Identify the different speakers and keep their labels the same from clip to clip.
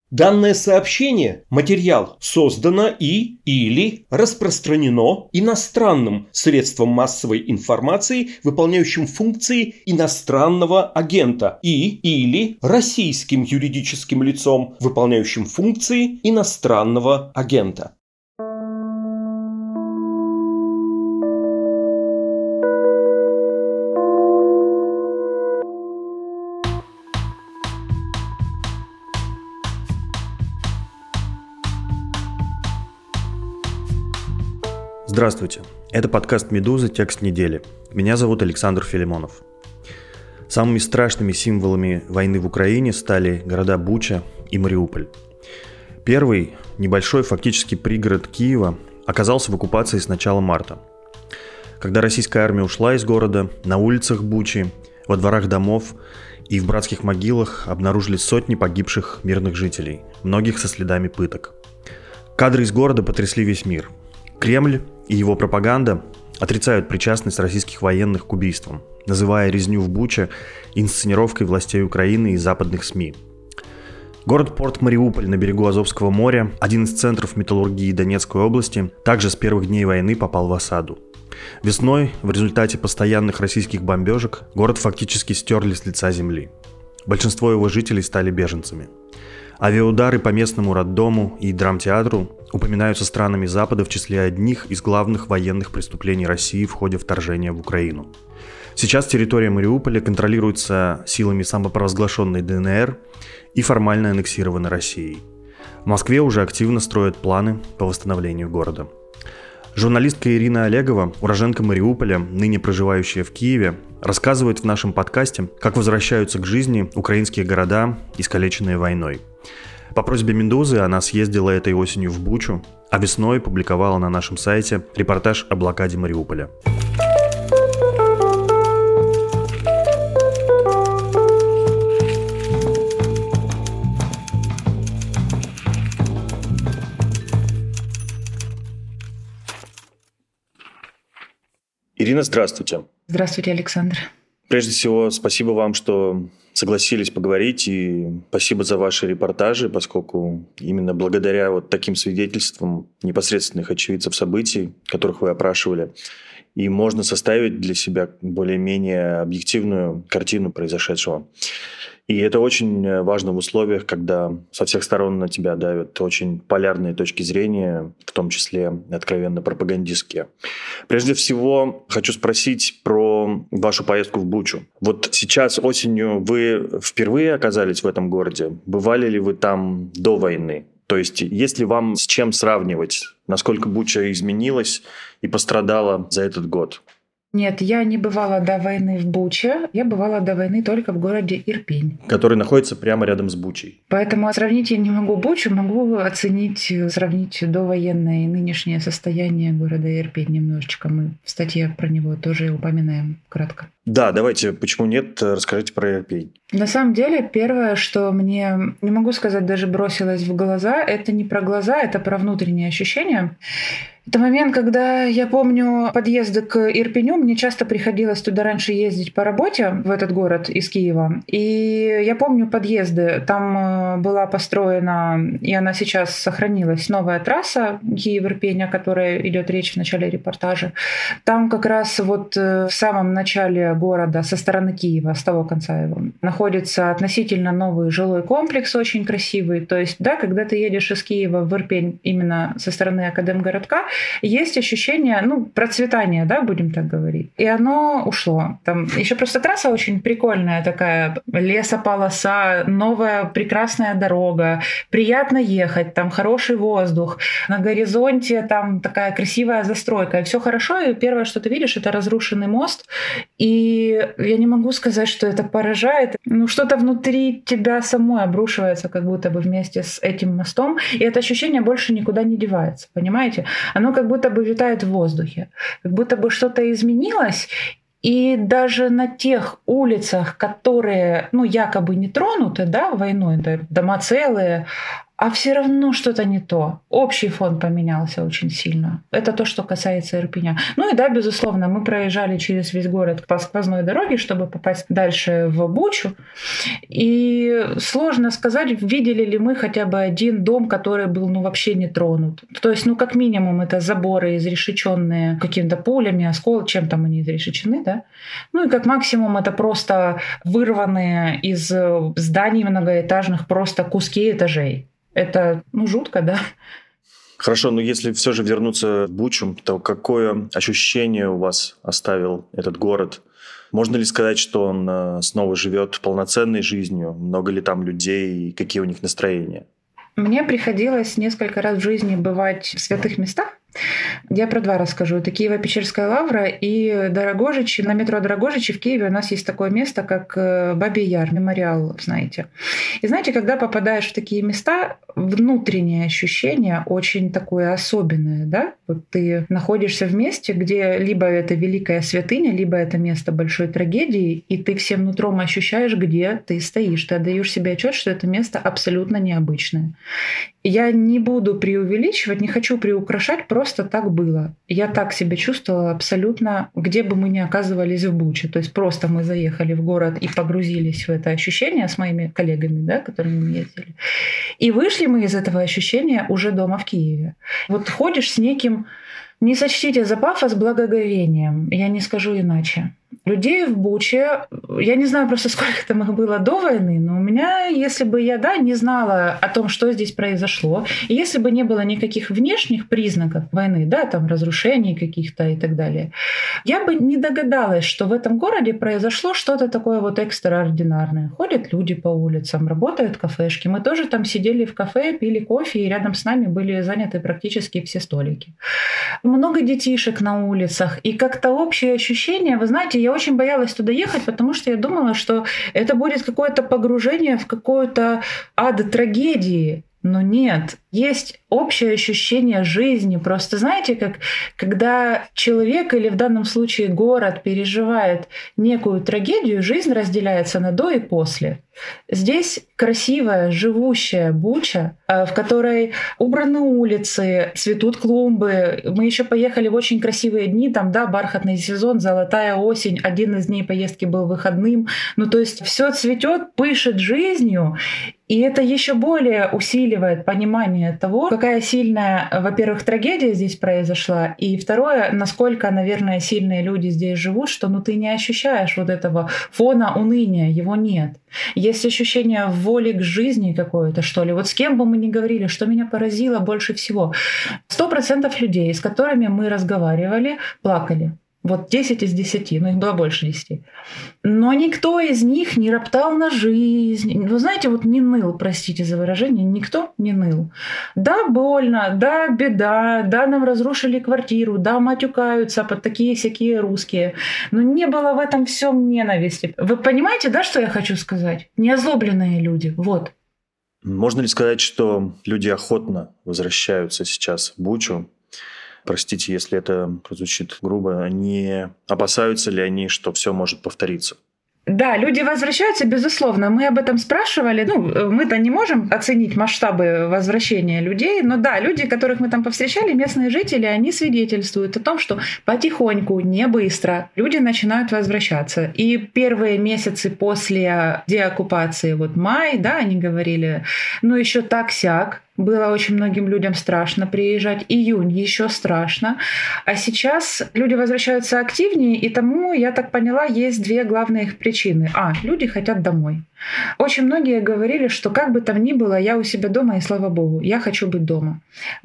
Speaker 1: Данное сообщение, материал, создано или распространено иностранным средством массовой информации, выполняющим функции иностранного агента, или российским юридическим лицом, выполняющим функции иностранного агента.
Speaker 2: Здравствуйте, это подкаст «Медуза. Текст недели». Меня зовут Александр Филимонов. Самыми страшными символами войны в Украине стали города Буча и Мариуполь. Первый, небольшой фактически пригород Киева, оказался в оккупации с начала марта. Когда российская армия ушла из города, на улицах Бучи, во дворах домов и в братских могилах обнаружили сотни погибших мирных жителей, многих со следами пыток. Кадры из города потрясли весь мир. Кремль и его пропаганда отрицают причастность российских военных к убийствам, называя резню в Буче инсценировкой властей Украины и западных СМИ. Город-порт Мариуполь на берегу Азовского моря, один из центров металлургии Донецкой области, также с первых дней войны попал в осаду. Весной, в результате постоянных российских бомбежек, город фактически стерли с лица земли. Большинство его жителей стали беженцами. Авиаудары по местному роддому и драмтеатру упоминаются странами Запада в числе одних из главных военных преступлений России в ходе вторжения в Украину. Сейчас территория Мариуполя контролируется силами самопровозглашенной ДНР и формально аннексирована Россией. В Москве уже активно строят планы по восстановлению города. Журналистка Ирина Олегова, уроженка Мариуполя, ныне проживающая в Киеве, рассказывает в нашем подкасте, как возвращаются к жизни украинские города, искалеченные войной. По просьбе «Медузы» она съездила этой осенью в Бучу, а весной публиковала на нашем сайте репортаж о блокаде Мариуполя. Ирина, здравствуйте.
Speaker 3: Здравствуйте, Александр.
Speaker 2: Прежде всего, спасибо вам, что согласились поговорить, и спасибо за ваши репортажи, поскольку именно благодаря вот таким свидетельствам непосредственных очевидцев событий, которых вы опрашивали, и можно составить для себя более-менее объективную картину произошедшего. И это очень важно в условиях, когда со всех сторон на тебя давят очень полярные точки зрения, в том числе откровенно пропагандистские. Прежде всего, хочу спросить про вашу поездку в Бучу. Вот сейчас осенью вы впервые оказались в этом городе? Бывали ли вы там до войны? То есть, есть ли вам с чем сравнивать? Насколько Буча изменилась и пострадала за этот год?
Speaker 3: Нет, я не бывала до войны в Буче, я бывала до войны только в городе Ирпень.
Speaker 2: Который находится прямо рядом с Бучей.
Speaker 3: Поэтому сравнить я не могу Бучу, могу сравнить довоенное и нынешнее состояние города Ирпень немножечко. Мы в статье про него тоже упоминаем кратко.
Speaker 2: Да, давайте, почему нет, расскажите про Ирпень.
Speaker 3: На самом деле, первое, что мне, не могу сказать, даже бросилось в глаза, это не про глаза, это про внутренние ощущения. Это момент, когда я помню подъезды к Ирпеню, мне часто приходилось туда раньше ездить по работе, в этот город из Киева. И я помню подъезды, там была построена, и она сейчас сохранилась, новая трасса Киев-Ирпень, о которой идет речь в начале репортажа. Там как раз вот в самом начале города, со стороны Киева, с того конца его, находится относительно новый жилой комплекс, очень красивый. То есть, да, когда ты едешь из Киева в Ирпень именно со стороны Академгородка, есть ощущение, процветания, да, будем так говорить. И оно ушло. Там еще просто трасса очень прикольная такая, лесополоса, новая прекрасная дорога, приятно ехать, там хороший воздух, на горизонте там такая красивая застройка, и все хорошо, и первое, что ты видишь, это разрушенный мост, и я не могу сказать, что это поражает, что-то внутри тебя самой обрушивается, как будто бы вместе с этим мостом, и это ощущение больше никуда не девается, понимаете? Оно как будто бы витает в воздухе, как будто бы что-то изменилось, и даже на тех улицах, которые, якобы не тронуты, да, войной, да, дома целые, а все равно что-то не то. Общий фон поменялся очень сильно. Это то, что касается Ирпеня. Ну и да, безусловно, мы проезжали через весь город по сквозной дороге, чтобы попасть дальше в Бучу. И сложно сказать, видели ли мы хотя бы один дом, который был вообще не тронут. То есть, как минимум, это заборы изрешеченные какими-то пулями, осколками, чем там они изрешечены, да? Ну и как максимум это просто вырванные из зданий многоэтажных просто куски этажей. Это, жутко, да?
Speaker 2: Хорошо, но если все же вернуться в Бучу, то какое ощущение у вас оставил этот город? Можно ли сказать, что он снова живет полноценной жизнью? Много ли там людей и какие у них настроения?
Speaker 3: Мне приходилось несколько раз в жизни бывать в святых местах. Я про два расскажу. Это Киево-Печерская лавра и Дорогожичи. На метро Дорогожичи в Киеве у нас есть такое место, как Бабий Яр, мемориал, знаете. И знаете, когда попадаешь в такие места, внутреннее ощущение очень такое особенное, да? Вот ты находишься в месте, где либо это великая святыня, либо это место большой трагедии, и ты всем нутром ощущаешь, где ты стоишь. Ты отдаешь себе отчет, что это место абсолютно необычное. Я не буду преувеличивать, не хочу приукрашать, просто так было. Я так себя чувствовала абсолютно, где бы мы ни оказывались в Буче. То есть просто мы заехали в город и погрузились в это ощущение с моими коллегами, да, которыми мы ездили. И вышли мы из этого ощущения уже дома в Киеве. Вот ходишь с неким, не сочтите за пафос, благоговением. Я не скажу иначе. Людей в Буче, я не знаю просто, сколько там их было до войны, но у меня, если бы я, не знала о том, что здесь произошло, и если бы не было никаких внешних признаков войны, там разрушений каких-то и так далее, я бы не догадалась, что в этом городе произошло что-то такое экстраординарное. Ходят люди по улицам, работают кафешки. Мы тоже там сидели в кафе, пили кофе, и рядом с нами были заняты практически все столики. Много детишек на улицах, и как-то общее ощущение, вы знаете, я очень боялась туда ехать, потому что я думала, что это будет какое-то погружение в какой-то ад трагедии. Но нет, есть общее ощущение жизни. Просто знаете, как когда человек или в данном случае город переживает некую трагедию, жизнь разделяется на до и после. Здесь красивая, живущая Буча, в которой убраны улицы, цветут клумбы. Мы еще поехали в очень красивые дни, там, бархатный сезон, золотая осень. Один из дней поездки был выходным. То есть все цветет, пышет жизнью. И это еще более усиливает понимание того, какая сильная, во-первых, трагедия здесь произошла, и второе, насколько, наверное, сильные люди здесь живут, что ты не ощущаешь вот этого фона уныния, его нет. Есть ощущение воли к жизни какое-то, что ли. Вот с кем бы мы ни говорили, что меня поразило больше всего. 100% людей, с которыми мы разговаривали, плакали. 10 из 10, их было больше 10. Но никто из них не роптал на жизнь. Вы знаете, не ныл, простите за выражение, никто не ныл. Да, больно, да, беда, да, нам разрушили квартиру, да, матюкаются под такие-сякие русские. Но не было в этом всем ненависти. Вы понимаете, да, что я хочу сказать? Неозлобленные люди, вот.
Speaker 2: Можно ли сказать, что люди охотно возвращаются сейчас в Бучу? Простите, если это прозвучит грубо, не опасаются ли они, что все может повториться?
Speaker 3: Да, люди возвращаются, безусловно. Мы об этом спрашивали. Мы-то не можем оценить масштабы возвращения людей, но да, люди, которых мы там повстречали, местные жители, они свидетельствуют о том, что потихоньку, не быстро, люди начинают возвращаться. И первые месяцы после деоккупации, май, они говорили, еще так-сяк. Было очень многим людям страшно приезжать. Июнь еще страшно. А сейчас люди возвращаются активнее, и тому, я так поняла, есть две главные их причины. Люди хотят домой. Очень многие говорили, что как бы там ни было, я у себя дома, и слава богу, я хочу быть дома.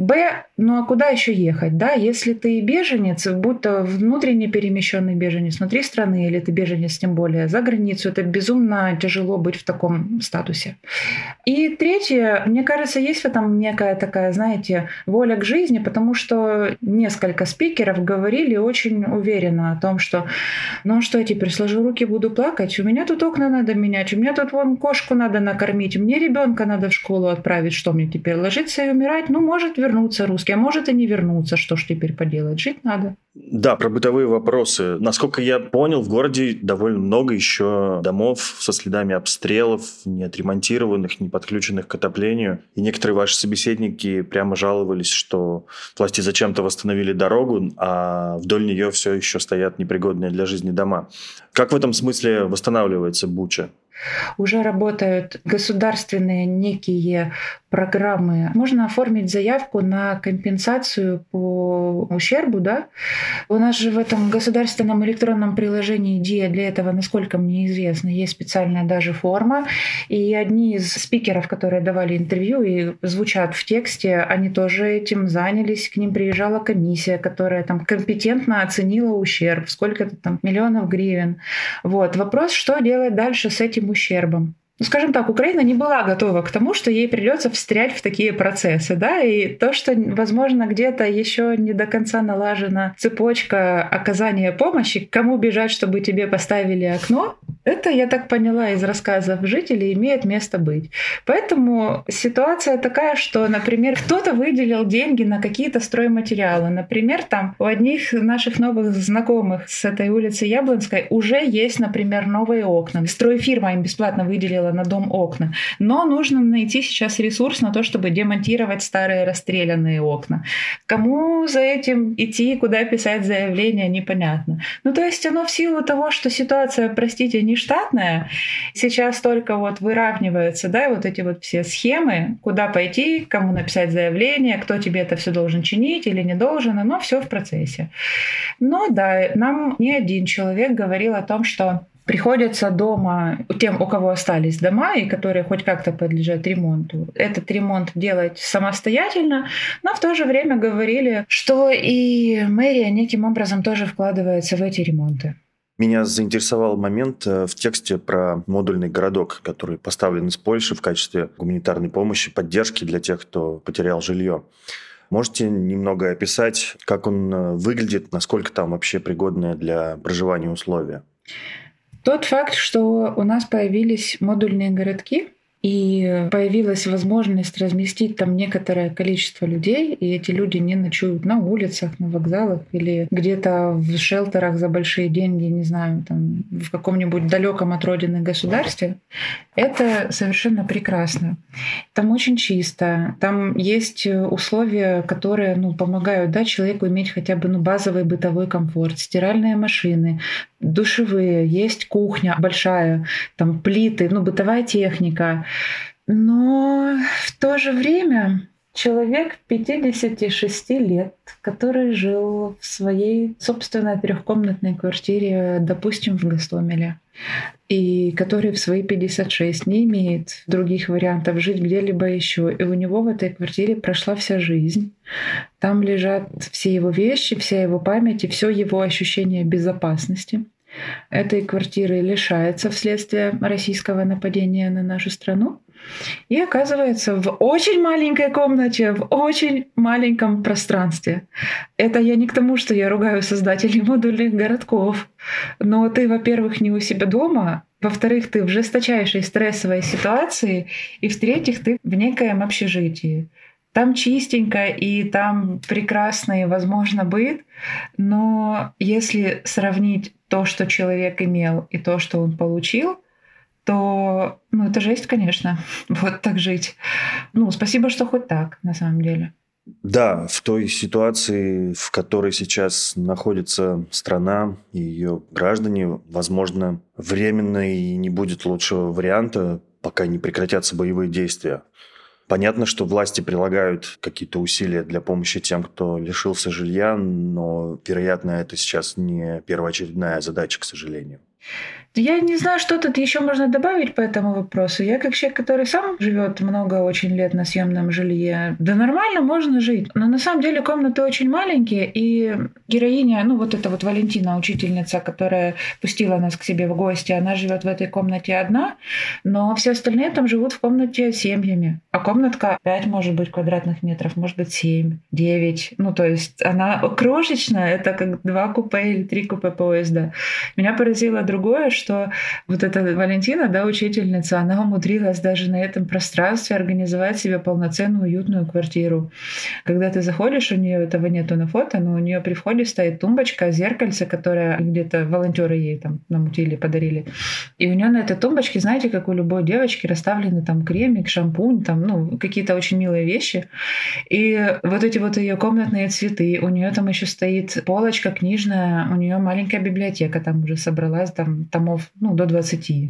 Speaker 3: А куда еще ехать? Если ты беженец, будь то внутренне перемещенный беженец внутри страны, или ты беженец, тем более за границу, это безумно тяжело быть в таком статусе. И третье, мне кажется, есть в этом некая такая, знаете, воля к жизни, потому что несколько спикеров говорили очень уверенно о том, что что я теперь сложу руки, буду плакать, у меня тут окна надо менять, у меня тут кошку надо накормить, мне ребенка надо в школу отправить, что мне теперь, ложиться и умирать? Может вернуться русский, а может и не вернуться, что ж теперь поделать, жить надо.
Speaker 2: Да, про бытовые вопросы. Насколько я понял, в городе довольно много еще домов со следами обстрелов, не отремонтированных, не подключенных к отоплению. И некоторые ваши собеседники прямо жаловались, что власти зачем-то восстановили дорогу, а вдоль нее все еще стоят непригодные для жизни дома. Как в этом смысле восстанавливается Буча?
Speaker 3: Уже работают государственные некие программы. Можно оформить заявку на компенсацию по ущербу, да? У нас же в этом государственном электронном приложении ДИА для этого, насколько мне известно, есть специальная даже форма. И одни из спикеров, которые давали интервью и звучат в тексте, они тоже этим занялись. К ним приезжала комиссия, которая там компетентно оценила ущерб, сколько-то там миллионов гривен. Вот. Вопрос, что делать дальше с этим ущербом. Скажем так, Украина не была готова к тому, что ей придется встрять в такие процессы, да, и то, что, возможно, где-то еще не до конца налажена цепочка оказания помощи, к кому бежать, чтобы тебе поставили окно, это, я так поняла из рассказов жителей, имеет место быть. Поэтому ситуация такая, что, например, кто-то выделил деньги на какие-то стройматериалы. Например, там у одних наших новых знакомых с этой улицы Яблонской уже есть, например, новые окна. Стройфирма им бесплатно выделила на дом окна. Но нужно найти сейчас ресурс на то, чтобы демонтировать старые расстрелянные окна. Кому за этим идти, куда писать заявление, непонятно. Ну, то есть оно в силу того, что ситуация, простите, не штатная, сейчас только вот выравниваются, да, вот эти вот все схемы, куда пойти, кому написать заявление, кто тебе это все должен чинить или не должен, оно все в процессе. Но да, нам не один человек говорил о том, что приходится дома тем, у кого остались дома и которые хоть как-то подлежат ремонту, этот ремонт делать самостоятельно, но в то же время говорили, что и мэрия неким образом тоже вкладывается в эти ремонты.
Speaker 2: Меня заинтересовал момент в тексте про модульный городок, который поставлен из Польши в качестве гуманитарной помощи, поддержки для тех, кто потерял жилье. Можете немного описать, как он выглядит, насколько там вообще пригодные для проживания условия?
Speaker 3: Тот факт, что у нас появились модульные городки, и появилась возможность разместить там некоторое количество людей, и эти люди не ночуют на улицах, на вокзалах или где-то в шелтерах за большие деньги, не знаю, там в каком-нибудь далеком от родины государстве, это совершенно прекрасно. Там очень чисто, там есть условия, которые помогают, да, человеку иметь хотя бы базовый бытовой комфорт, стиральные машины, душевые, есть кухня большая, там плиты, бытовая техника. Но в то же время человек 56 лет, который жил в своей собственной трехкомнатной квартире, допустим, в Гостомеле, и который в свои 56 не имеет других вариантов жить где-либо еще. И у него в этой квартире прошла вся жизнь. Там лежат все его вещи, вся его память и все его ощущение безопасности. Этой квартиры лишается вследствие российского нападения на нашу страну и оказывается в очень маленькой комнате, в очень маленьком пространстве. Это я не к тому, что я ругаю создателей модульных городков, но ты, во-первых, не у себя дома, во-вторых, ты в жесточайшей стрессовой ситуации, и в-третьих, ты в некоем общежитии. Там чистенько, и там прекрасный, возможно, быт, но если сравнить то, что человек имел, и то, что он получил, то это жесть, конечно, вот так жить. Спасибо, что хоть так, на самом деле.
Speaker 2: Да, в той ситуации, в которой сейчас находится страна и ее граждане, возможно, временно и не будет лучшего варианта, пока не прекратятся боевые действия. Понятно, что власти прилагают какие-то усилия для помощи тем, кто лишился жилья, но, вероятно, это сейчас не первоочередная задача, к сожалению.
Speaker 3: Я не знаю, что тут еще можно добавить по этому вопросу. Я как человек, который сам живет много очень лет на съемном жилье, да нормально можно жить. Но на самом деле комнаты очень маленькие, и героиня, эта Валентина, учительница, которая пустила нас к себе в гости, она живет в этой комнате одна, но все остальные там живут в комнате семьями. А комнатка 5, может быть, квадратных метров, может быть, 7, 9. То есть она крошечная, это как 2 купе или 3 купе поезда. Меня поразило другое, что что вот эта Валентина, да, учительница, она умудрилась даже на этом пространстве организовать себе полноценную уютную квартиру. Когда ты заходишь, у нее этого нету на фото, но у нее при входе стоит тумбочка, зеркальце, которое где-то волонтеры ей там намутили, подарили. И у нее на этой тумбочке, знаете, как у любой девочки, расставлены там кремик, шампунь, там, ну, какие-то очень милые вещи. И вот эти вот ее комнатные цветы, у нее там еще стоит полочка книжная, у нее маленькая библиотека там уже собралась, там томов, ну, до 20.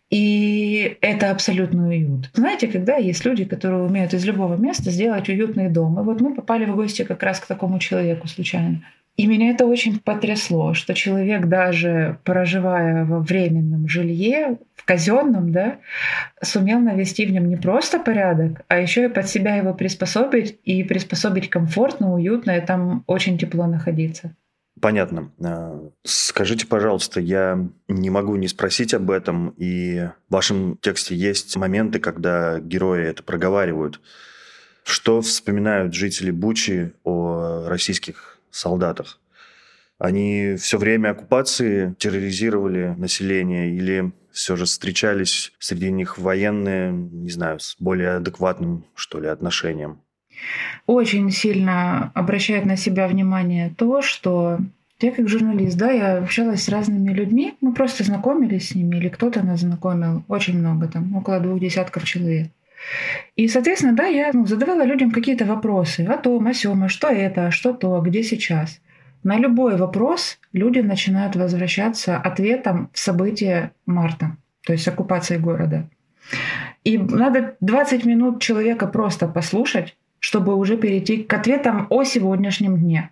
Speaker 3: И это абсолютный уют. Знаете, когда есть люди, которые умеют из любого места сделать уютный дом. И вот мы попали в гости как раз к такому человеку случайно. И меня это очень потрясло, что человек, даже проживая во временном жилье, в казенном, да, сумел навести в нем не просто порядок, а еще и под себя его приспособить и приспособить комфортно, уютно, и там очень тепло находиться.
Speaker 2: Понятно. Скажите, пожалуйста, я не могу не спросить об этом, и в вашем тексте есть моменты, когда герои это проговаривают. Что вспоминают жители Бучи о российских солдатах? Они все время оккупации терроризировали население или все же встречались среди них военные, не знаю, с более адекватным, что ли, отношением?
Speaker 3: Очень сильно обращает на себя внимание то, что я как журналист, да, я общалась с разными людьми, мы просто знакомились с ними, или кто-то нас знакомил, очень много, там, около 20 человек. И, соответственно, да, я задавала людям какие-то вопросы о том, о сём, а что это, что то, где сейчас. На любой вопрос люди начинают возвращаться ответом в события марта, то есть оккупации города. И надо 20 минут человека просто послушать, чтобы уже перейти к ответам о сегодняшнем дне.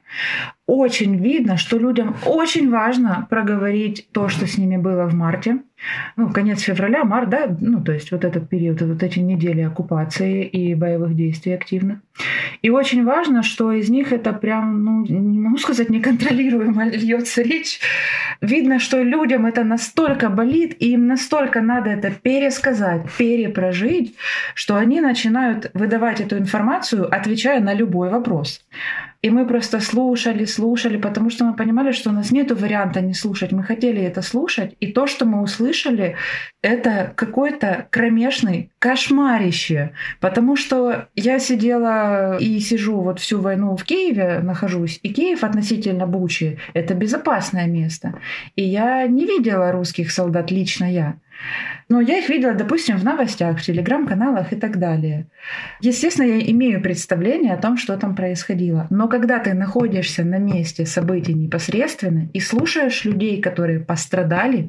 Speaker 3: Очень видно, что людям очень важно проговорить то, что с ними было в марте. Ну, конец февраля, март, да, ну, то есть вот этот период, вот эти недели оккупации и боевых действий активных. И очень важно, что из них это прям, ну, не могу сказать, неконтролируемо льется речь. Видно, что людям это настолько болит, и им настолько надо это пересказать, перепрожить, что они начинают выдавать эту информацию, отвечая на любой вопрос. И мы просто слушали, потому что мы понимали, что у нас нет варианта не слушать. Мы хотели это слушать, и то, что мы услышали, это какой-то кромешный кошмарище. Потому что я сидела и сижу вот всю войну в Киеве, нахожусь, и Киев относительно Бучи — это безопасное место. И я не видела русских солдат, лично я. Но я их видела, допустим, в новостях, в телеграм-каналах и так далее. Естественно, я имею представление о том, что там происходило. Но когда ты находишься на месте событий непосредственно и слушаешь людей, которые пострадали,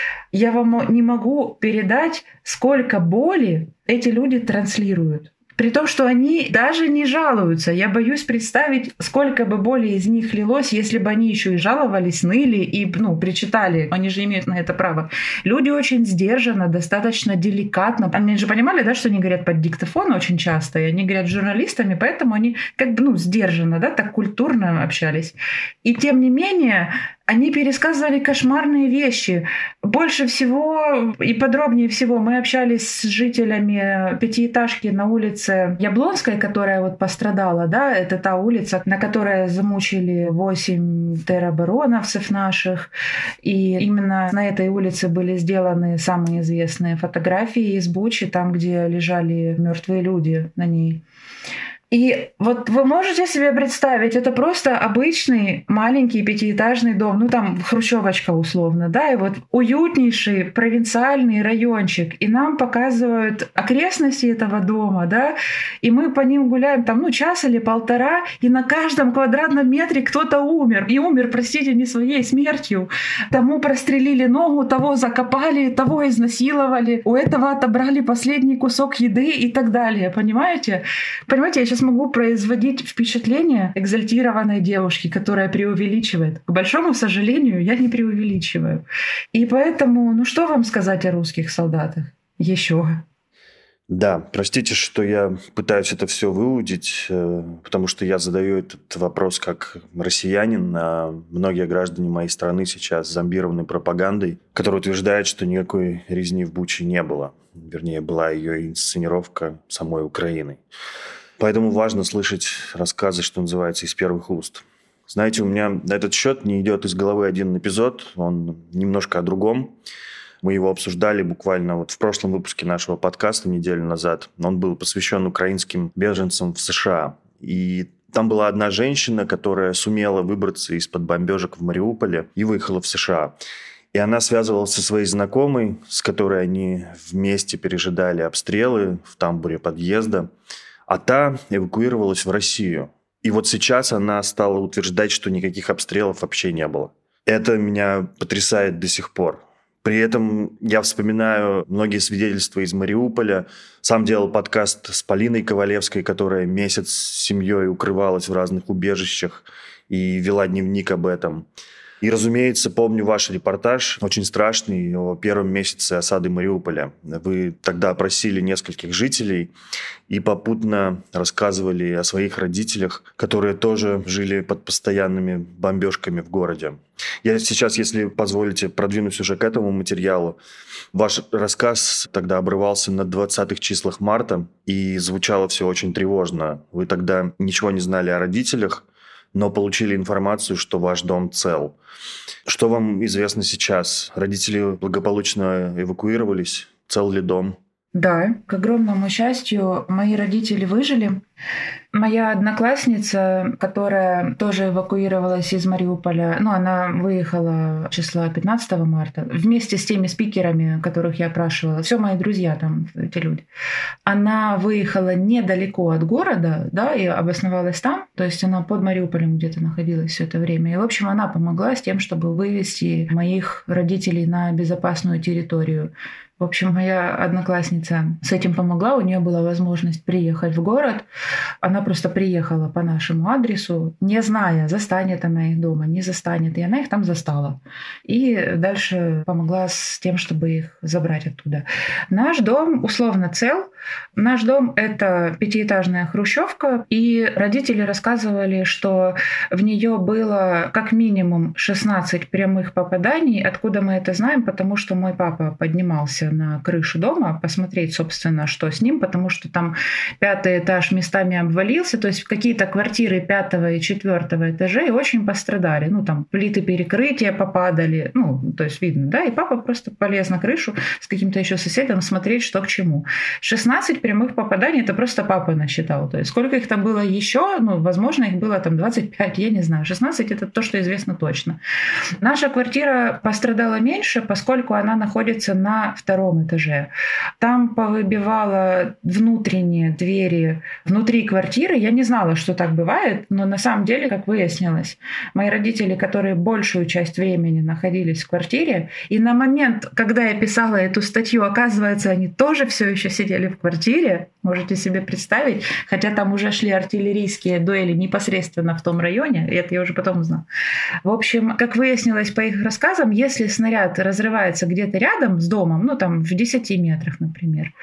Speaker 3: я вам не могу передать, сколько боли эти люди транслируют. При том, что они даже не жалуются. Я боюсь представить, сколько бы боли из них лилось, если бы они еще и жаловались, ныли и причитали. Они же имеют на это право. Люди очень сдержанно, достаточно деликатно. Они же понимали, да, что они говорят под диктофон очень часто, и они говорят с журналистами, поэтому они как бы сдержанно, да, так культурно общались. И тем не менее, они пересказывали кошмарные вещи. Больше всего и подробнее всего мы общались с жителями пятиэтажки на улице Яблонской, которая вот пострадала, да, это та улица, на которой замучили 8 теробороновцев наших. И именно на этой улице были сделаны самые известные фотографии из Бучи, там, где лежали мертвые люди на ней. И вот вы можете себе представить, это просто обычный маленький пятиэтажный дом, там хрущевочка условно, да, и вот уютнейший провинциальный райончик, и нам показывают окрестности этого дома, да, и мы по ним гуляем там, час или полтора, и на каждом квадратном метре кто-то умер. И умер, простите, не своей смертью. Тому прострелили ногу, того закопали, того изнасиловали, у этого отобрали последний кусок еды и так далее, понимаете? Понимаете, я сейчас могу производить впечатление экзальтированной девушки, которая преувеличивает. К большому сожалению, я не преувеличиваю. И поэтому, что вам сказать о русских солдатах? Еще.
Speaker 2: Да, простите, что я пытаюсь это все выудить, потому что я задаю этот вопрос как россиянин, а многие граждане моей страны сейчас зомбированы пропагандой, которая утверждает, что никакой резни в Буче не было. Вернее, была ее инсценировка самой Украиной. Поэтому важно слышать рассказы, что называется, из первых уст. Знаете, у меня на этот счет не идет из головы один эпизод, он немножко о другом. Мы его обсуждали буквально вот в прошлом выпуске нашего подкаста неделю назад. Он был посвящен украинским беженцам в США. И там была одна женщина, которая сумела выбраться из-под бомбежек в Мариуполе и выехала в США. И она связывалась со своей знакомой, с которой они вместе пережидали обстрелы в тамбуре подъезда. А та эвакуировалась в Россию. И вот сейчас она стала утверждать, что никаких обстрелов вообще не было. Это меня потрясает до сих пор. При этом я вспоминаю многие свидетельства из Мариуполя. Сам делал подкаст с Полиной Ковалевской, которая месяц с семьей укрывалась в разных убежищах и вела дневник об этом. И, разумеется, помню ваш репортаж, очень страшный, о первом месяце осады Мариуполя. Вы тогда опросили нескольких жителей и попутно рассказывали о своих родителях, которые тоже жили под постоянными бомбежками в городе. Я сейчас, если позволите, продвинусь уже к этому материалу. Ваш рассказ тогда обрывался на 20-х числах марта, и звучало все очень тревожно. Вы тогда ничего не знали о родителях, но получили информацию, что ваш дом цел. Что вам известно сейчас? Родители благополучно эвакуировались? Цел ли дом?
Speaker 3: Да, к огромному счастью, мои родители выжили. Моя одноклассница, которая тоже эвакуировалась из Мариуполя, она выехала числа 15 марта, вместе с теми спикерами, которых я опрашивала, все мои друзья там, эти люди. Она выехала недалеко от города, и обосновалась там, то есть она под Мариуполем где-то находилась все это время. И, в общем, она помогла с тем, чтобы вывести моих родителей на безопасную территорию. В общем, моя одноклассница с этим помогла, у нее была возможность приехать в город. Она просто приехала по нашему адресу, не зная, застанет она их дома, не застанет. И она их там застала. И дальше помогла с тем, чтобы их забрать оттуда. Наш дом условно цел. Наш дом — это 5-этажная хрущевка. И родители рассказывали, что в нее было как минимум 16 прямых попаданий. Откуда мы это знаем? Потому что мой папа поднимался на крышу дома посмотреть, собственно, что с ним, потому что там 5-й этаж местами обвалился, то есть какие-то квартиры 5-го и 4-го этажей очень пострадали. Там плиты перекрытия попадали, то есть видно, и папа просто полез на крышу с каким-то еще соседом смотреть, что к чему. 16 прямых попаданий — это просто папа насчитал. То есть сколько их там было еще, возможно, их было там 25, я не знаю. 16 — это то, что известно точно. Наша квартира пострадала меньше, поскольку она находится на 2-м этаже. Там повыбивало внутренние двери внутри квартиры. Я не знала, что так бывает, но на самом деле, как выяснилось, мои родители, которые большую часть времени находились в квартире, и на момент, когда я писала эту статью, оказывается, они тоже все еще сидели в квартире, можете себе представить, хотя там уже шли артиллерийские дуэли непосредственно в том районе, и это я уже потом узнала. В общем, как выяснилось по их рассказам, если снаряд разрывается где-то рядом с домом, в 10 метрах, например,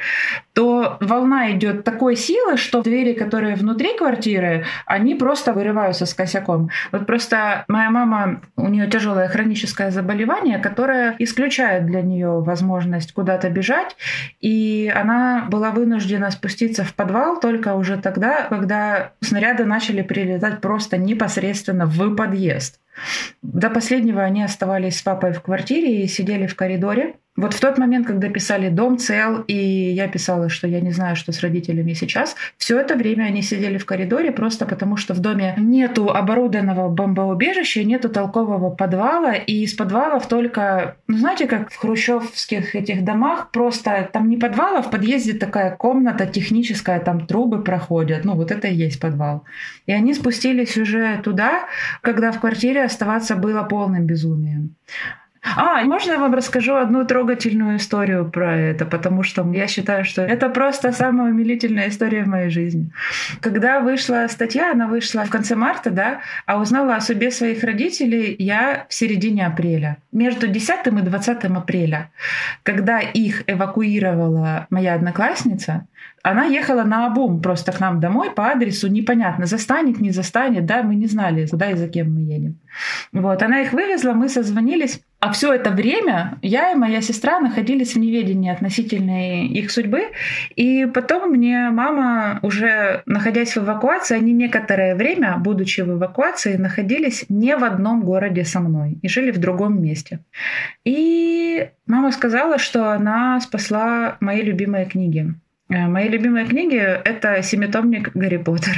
Speaker 3: то волна идет такой силы, что двери, которые внутри квартиры, они просто вырываются с косяком. Вот просто моя мама, у нее тяжелое хроническое заболевание, которое исключает для нее возможность куда-то бежать, и она была вынуждена спуститься в подвал только уже тогда, когда снаряды начали прилетать просто непосредственно в подъезд. До последнего они оставались с папой в квартире и сидели в коридоре. Вот в тот момент, когда писали «Дом цел», и я писала, что я не знаю, что с родителями сейчас, все это время они сидели в коридоре просто потому, что в доме нету оборудованного бомбоубежища, нету толкового подвала, и из подвалов только, знаете, как в хрущевских этих домах, просто там не подвал, а в подъезде такая комната техническая, там трубы проходят, вот это и есть подвал. И они спустились уже туда, когда в квартире оставаться было полным безумием. Можно я вам расскажу одну трогательную историю про это, потому что я считаю, что это просто самая умилительная история в моей жизни. Когда вышла статья, она вышла в конце марта, а узнала о судьбе своих родителей я в середине апреля. Между 10 и 20 апреля, когда их эвакуировала моя одноклассница, она ехала наобум просто к нам домой по адресу, непонятно, застанет, не застанет, мы не знали, куда и за кем мы едем. Она их вывезла, мы созвонились. А все это время я и моя сестра находились в неведении относительно их судьбы. И потом мне мама, уже находясь в эвакуации, они некоторое время, будучи в эвакуации, находились не в одном городе со мной и жили в другом месте. И мама сказала, что она спасла мои любимые книги. Мои любимые книги — это семитомник Гарри Поттера.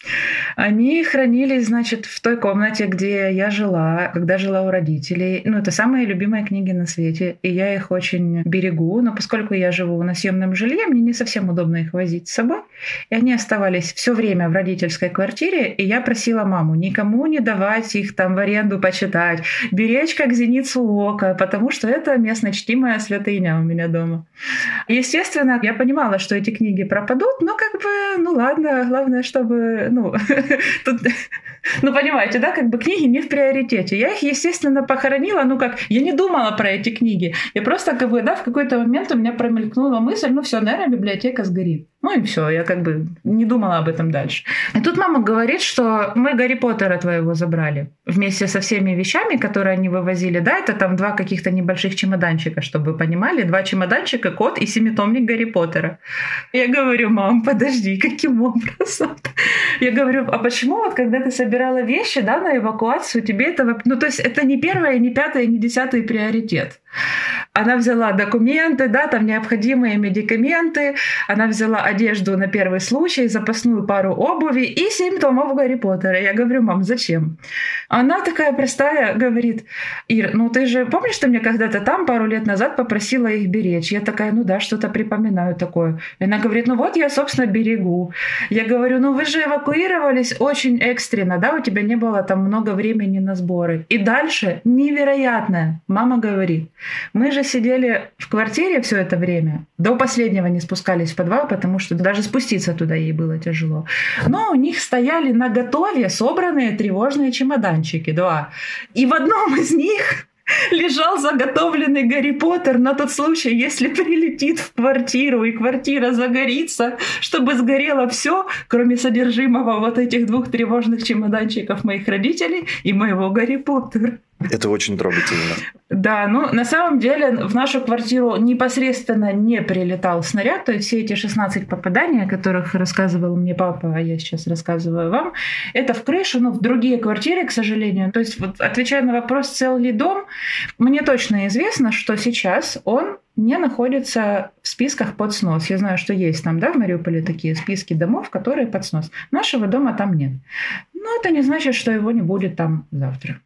Speaker 3: Они хранились, значит, в той комнате, где я жила, когда жила у родителей. Это самые любимые книги на свете, и я их очень берегу. Но поскольку я живу на съемном жилье, мне не совсем удобно их возить с собой. И они оставались все время в родительской квартире, и я просила маму никому не давать их там в аренду почитать, беречь как зеницу ока, потому что это местно чтимая святыня у меня дома. Естественно, я понимала, что эти книги пропадут, но ладно, главное, чтобы, тут, понимаете, да, книги не в приоритете. Я их, естественно, похоронила, я не думала про эти книги. Я просто, в какой-то момент у меня промелькнула мысль, все, наверное, библиотека сгорит. И все, я не думала об этом дальше. И тут мама говорит, что мы Гарри Поттера твоего забрали вместе со всеми вещами, которые они вывозили. Да, это там 2 каких-то небольших чемоданчика, чтобы вы понимали. 2 чемоданчика, кот и семитомник Гарри Поттера. Я говорю: мам, подожди, каким образом? Я говорю: а почему когда ты собирала вещи, да, на эвакуацию, тебе это... то есть это не 1, не 5, не 10 приоритет. Она взяла документы, да, там необходимые медикаменты, она взяла одежду на первый случай, запасную пару обуви и 7 томов Гарри Поттера. Я говорю: мам, зачем? Она такая простая, говорит: Ир, ты же помнишь, ты мне когда-то там пару лет назад попросила их беречь? Я такая: да, что-то припоминаю такое. И она говорит: я, собственно, берегу. Я говорю: вы же эвакуировались очень экстренно, да, у тебя не было там много времени на сборы. И дальше невероятное. Мама говорит: мы же сидели в квартире все это время, до последнего не спускались в подвал, потому что даже спуститься туда ей было тяжело. Но у них стояли наготове собранные тревожные чемоданчики, 2. И в одном из них лежал заготовленный Гарри Поттер на тот случай, если прилетит в квартиру и квартира загорится, чтобы сгорело все, кроме содержимого этих 2 тревожных чемоданчиков моих родителей и моего Гарри Поттера.
Speaker 2: Это очень трогательно.
Speaker 3: Да, на самом деле в нашу квартиру непосредственно не прилетал снаряд, то есть все эти 16 попаданий, о которых рассказывал мне папа, а я сейчас рассказываю вам, это в крышу, в другие квартиры, к сожалению. То есть отвечая на вопрос, цел ли дом, мне точно известно, что сейчас он не находится в списках под снос. Я знаю, что есть там, да, в Мариуполе такие списки домов, которые под снос. Нашего дома там нет. Но это не значит, что его не будет там завтра.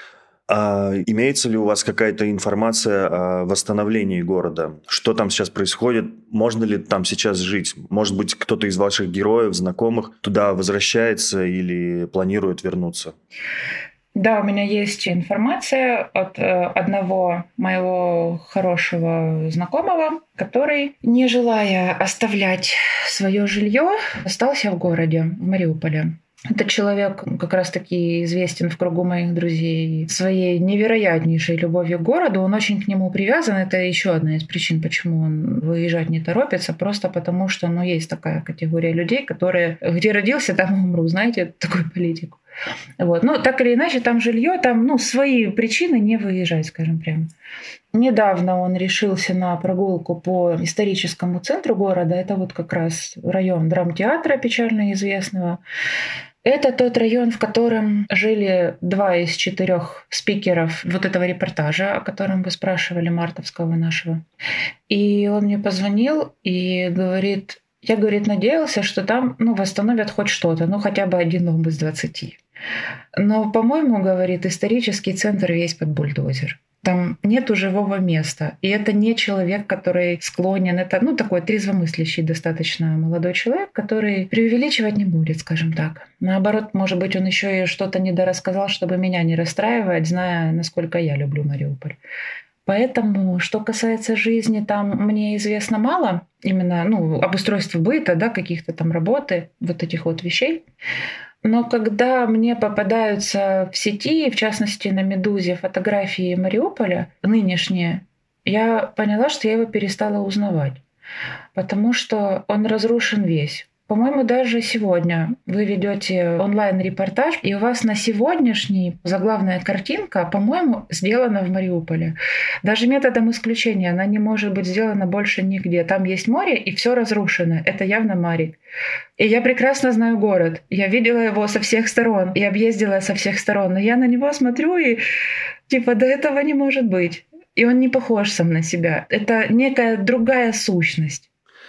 Speaker 2: А имеется ли у вас какая-то информация о восстановлении города? Что там сейчас происходит? Можно ли там сейчас жить? Может быть, кто-то из ваших героев, знакомых туда возвращается или планирует вернуться?
Speaker 3: Да, у меня есть информация от одного моего хорошего знакомого, который, не желая оставлять свое жилье, остался в городе, в Мариуполе. Этот человек как раз-таки известен в кругу моих друзей своей невероятнейшей любовью к городу. Он очень к нему привязан. Это еще одна из причин, почему он выезжать не торопится. Просто потому, что есть такая категория людей, которые где родился, там и умру. Знаете, такую политику. Так или иначе, там жилье, там свои причины не выезжать, скажем прямо. Недавно он решился на прогулку по историческому центру города. Это как раз район драмтеатра печально известного. Это тот район, в котором жили 2 из 4 спикеров этого репортажа, о котором вы спрашивали, мартовского нашего. И он мне позвонил и говорит: я, надеялся, что там восстановят хоть что-то, хотя бы 1 дом из 20. Но, по-моему, говорит, исторический центр весь под бульдозер. Там нету живого места. И это не человек, который склонен. Это такой трезвомыслящий достаточно молодой человек, который преувеличивать не будет, скажем так. Наоборот, может быть, он еще и что-то недорассказал, чтобы меня не расстраивать, зная, насколько я люблю Мариуполь. Поэтому, что касается жизни, там мне известно мало. Именно обустройство быта, да, каких-то там работы, этих вещей. Но когда мне попадаются в сети, в частности на «Медузе», фотографии Мариуполя, нынешние, я поняла, что я его перестала узнавать. Потому что он разрушен весь. По-моему, даже сегодня вы ведете онлайн-репортаж, и у вас на сегодняшний заглавная картинка, по-моему, сделана в Мариуполе. Даже методом исключения она не может быть сделана больше нигде. Там есть море, и все разрушено. Это явно Марий. И я прекрасно знаю город. Я видела его со всех сторон и объездила со всех сторон. Но я на него смотрю и да этого не может быть. И он не похож сам на себя. Это некая другая сущность.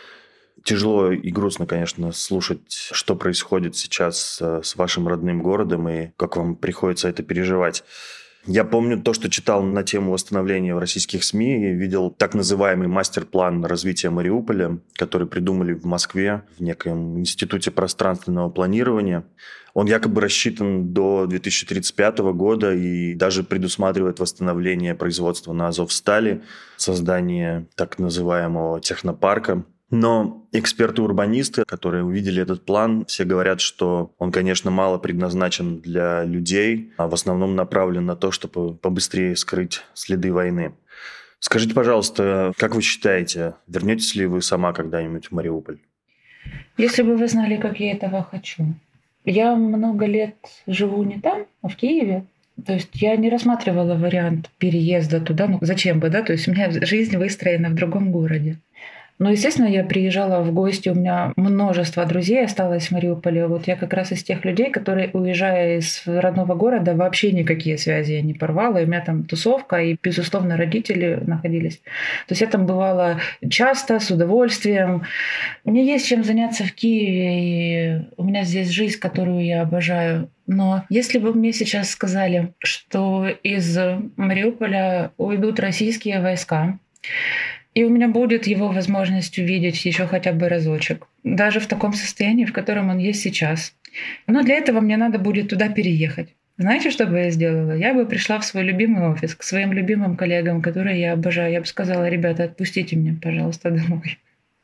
Speaker 2: Тяжело и грустно, конечно, слушать, что происходит сейчас с вашим родным городом и как вам приходится это переживать. Я помню то, что читал на тему восстановления в российских СМИ и видел так называемый мастер-план развития Мариуполя, который придумали в Москве в некоем институте пространственного планирования. Он якобы рассчитан до 2035 года и даже предусматривает восстановление производства на Азовстали, создание так называемого технопарка. Но эксперты-урбанисты, которые увидели этот план, все говорят, что он, конечно, мало предназначен для людей, а в основном направлен на то, чтобы побыстрее скрыть следы войны. Скажите, пожалуйста, как вы считаете, вернетесь ли вы сама когда-нибудь в Мариуполь?
Speaker 3: Если бы вы знали, как я этого хочу. Я много лет живу не там, а в Киеве. То есть я не рассматривала вариант переезда туда. Зачем бы, да? То есть у меня жизнь выстроена в другом городе. Но, естественно, я приезжала в гости, у меня множество друзей осталось в Мариуполе. Вот я как раз из тех людей, которые, уезжая из родного города, вообще никакие связи не порвала. И у меня там тусовка, и, безусловно, родители находились. То есть я там бывала часто, с удовольствием. Мне есть чем заняться в Киеве, и у меня здесь жизнь, которую я обожаю. Но если бы мне сейчас сказали, что из Мариуполя уйдут российские войска, и у меня будет его возможность увидеть еще хотя бы разочек, даже в таком состоянии, в котором он есть сейчас. Но для этого мне надо будет туда переехать. Знаете, что бы я сделала? Я бы пришла в свой любимый офис, к своим любимым коллегам, которые я обожаю. Я бы сказала: ребята, отпустите меня, пожалуйста, домой.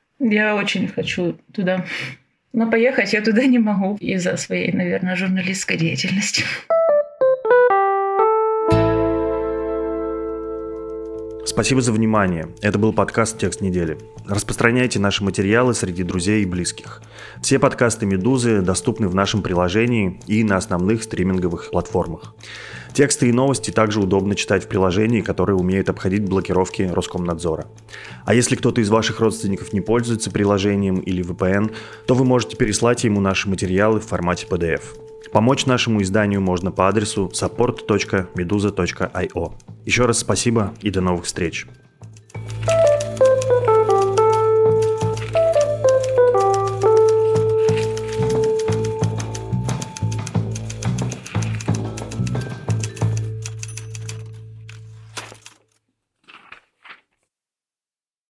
Speaker 3: Я очень хочу туда. Но поехать я туда не могу из-за своей, наверное, журналистской деятельности.
Speaker 2: Спасибо за внимание. Это был подкаст «Текст недели». Распространяйте наши материалы среди друзей и близких. Все подкасты «Медузы» доступны в нашем приложении и на основных стриминговых платформах. Тексты и новости также удобно читать в приложении, которое умеет обходить блокировки Роскомнадзора. А если кто-то из ваших родственников не пользуется приложением или VPN, то вы можете переслать ему наши материалы в формате PDF. Помочь нашему изданию можно по адресу support.meduza.io. Еще раз спасибо и до новых встреч!